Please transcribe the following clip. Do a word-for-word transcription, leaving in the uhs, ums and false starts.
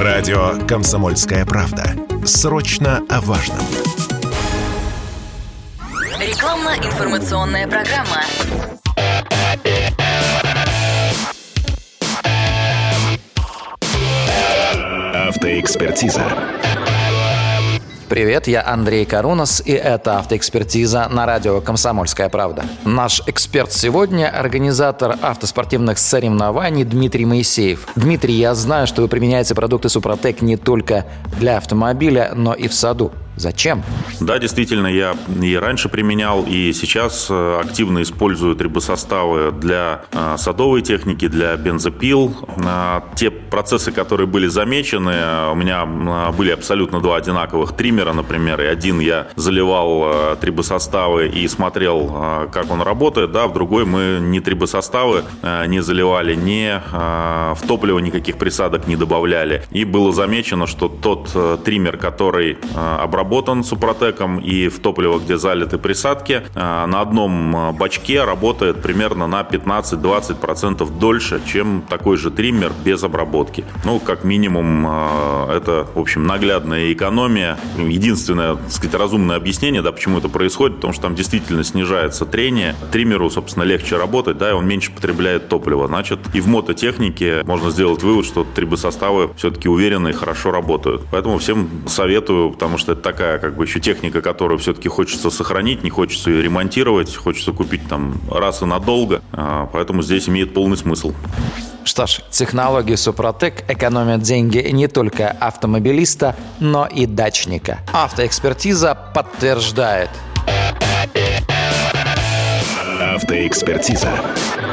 Радио «Комсомольская правда». Срочно о важном. Рекламно-информационная программа. Автоэкспертиза. Привет, я Андрей Карунас, и это «Автоэкспертиза» на радио «Комсомольская правда». Наш эксперт сегодня – организатор автоспортивных соревнований Дмитрий Моисеев. Дмитрий, я знаю, что вы применяете продукты «Супротек» не только для автомобиля, но и в саду. Зачем? Да, действительно, я и раньше применял, и сейчас активно использую трибосоставы для садовой техники, для бензопил. Те процессы, которые были замечены, у меня были абсолютно два одинаковых триммера, например, и один я заливал трибосоставы и смотрел, как он работает, да, в другой мы ни трибосоставы не заливали, ни в топливо никаких присадок не добавляли. И было замечено, что тот триммер, который обработан Работан Супротеком и в топливо, где залиты присадки, на одном бачке работает примерно на пятнадцать-двадцать процентов дольше, чем такой же триммер без обработки. Ну, как минимум, это, в общем, наглядная экономия. Единственное, так сказать, разумное объяснение, да, почему это происходит, потому что там действительно снижается трение. Триммеру, собственно, легче работать, да, и он меньше потребляет топлива. Значит, и в мототехнике можно сделать вывод, что трибосоставы все-таки уверенно и хорошо работают. Поэтому всем советую, потому что это такая как бы еще техника, которую все-таки хочется сохранить, не хочется ее ремонтировать, хочется купить там раз и надолго, поэтому здесь имеет полный смысл. Что ж, технологии Супротек экономят деньги не только автомобилиста, но и дачника. Автоэкспертиза подтверждает. Автоэкспертиза.